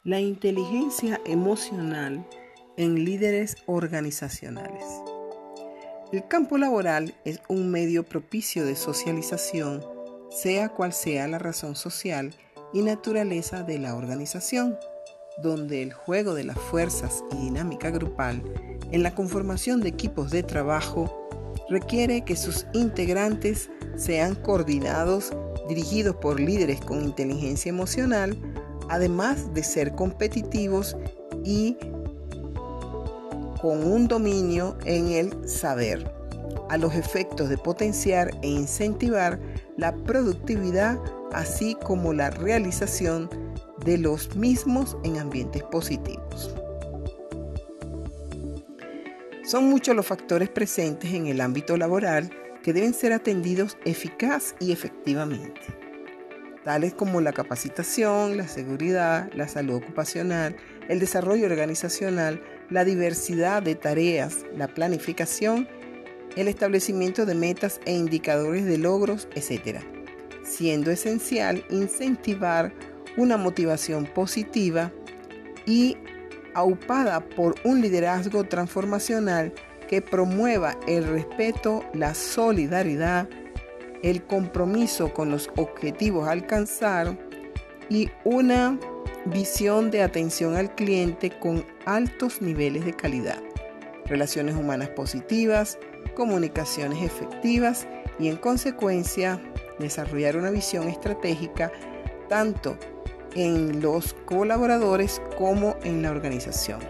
La inteligencia emocional en líderes organizacionales. El campo laboral es un medio propicio de socialización, sea cual sea la razón social y naturaleza de la organización, donde el juego de las fuerzas y dinámica grupal en la conformación de equipos de trabajo requiere que sus integrantes sean coordinados, dirigidos por líderes con inteligencia emocional, además de ser competitivos y con un dominio en el saber, a los efectos de potenciar e incentivar la productividad, así como la realización de los mismos en ambientes positivos. Son muchos los factores presentes en el ámbito laboral que deben ser atendidos eficaz y efectivamente, tales como la capacitación, la seguridad, la salud ocupacional, el desarrollo organizacional, la diversidad de tareas, la planificación, el establecimiento de metas e indicadores de logros, etc., siendo esencial incentivar una motivación positiva y aupada por un liderazgo transformacional que promueva el respeto, la solidaridad, el compromiso con los objetivos a alcanzar y una visión de atención al cliente con altos niveles de calidad, relaciones humanas positivas, comunicaciones efectivas y, en consecuencia, desarrollar una visión estratégica tanto en los colaboradores como en la organización.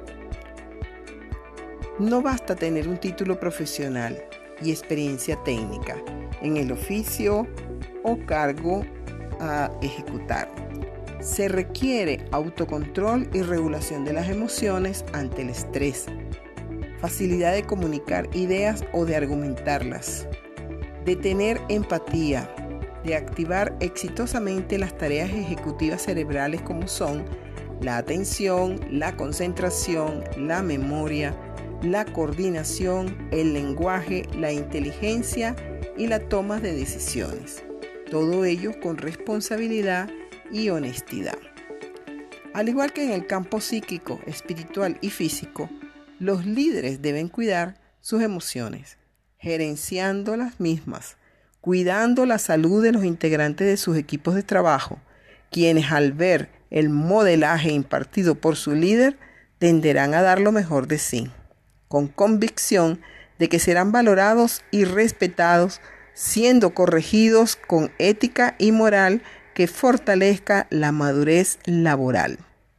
No basta tener un título profesional y experiencia técnica en el oficio o cargo a ejecutar. Se requiere autocontrol y regulación de las emociones ante el estrés, facilidad de comunicar ideas o de argumentarlas, de tener empatía, de activar exitosamente las tareas ejecutivas cerebrales como son la atención, la concentración, la memoria, la coordinación, el lenguaje, la inteligencia y la toma de decisiones. Todo ello con responsabilidad y honestidad. Al igual que en el campo psíquico, espiritual y físico, los líderes deben cuidar sus emociones, gerenciando las mismas, cuidando la salud de los integrantes de sus equipos de trabajo, quienes al ver el modelaje impartido por su líder tenderán a dar lo mejor de sí, con convicción de que serán valorados y respetados, siendo corregidos con ética y moral que fortalezca la madurez laboral.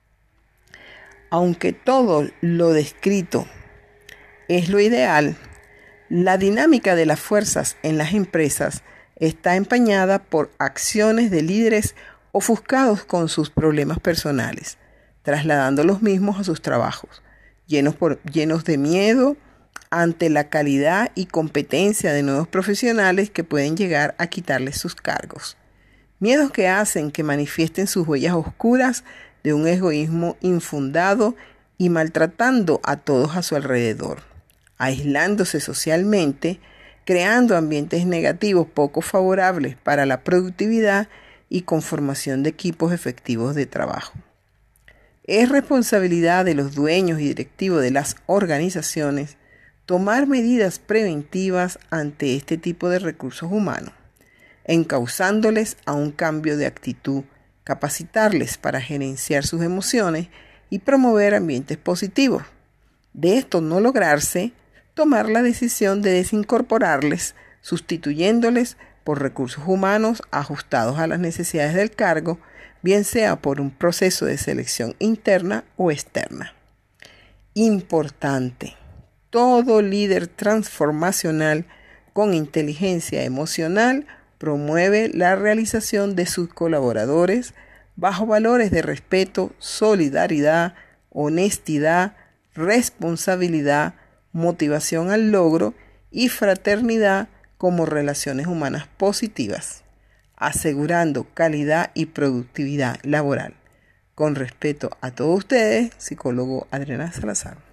Aunque todo lo descrito es lo ideal, la dinámica de las fuerzas en las empresas está empañada por acciones de líderes ofuscados con sus problemas personales, trasladando los mismos a sus trabajos, llenos de miedo ante la calidad y competencia de nuevos profesionales que pueden llegar a quitarles sus cargos. Miedos que hacen que manifiesten sus huellas oscuras de un egoísmo infundado y maltratando a todos a su alrededor, aislándose socialmente, creando ambientes negativos poco favorables para la productividad y conformación de equipos efectivos de trabajo. Es responsabilidad de los dueños y directivos de las organizaciones tomar medidas preventivas ante este tipo de recursos humanos, encauzándoles a un cambio de actitud, capacitarles para gerenciar sus emociones y promover ambientes positivos. De esto no lograrse, tomar la decisión de desincorporarles, sustituyéndoles por recursos humanos ajustados a las necesidades del cargo, bien sea por un proceso de selección interna o externa. Importante: todo líder transformacional con inteligencia emocional promueve la realización de sus colaboradores bajo valores de respeto, solidaridad, honestidad, responsabilidad, motivación al logro y fraternidad como relaciones humanas positivas, asegurando calidad y productividad laboral. Con respeto a todos ustedes, psicólogo Adriana Salazar.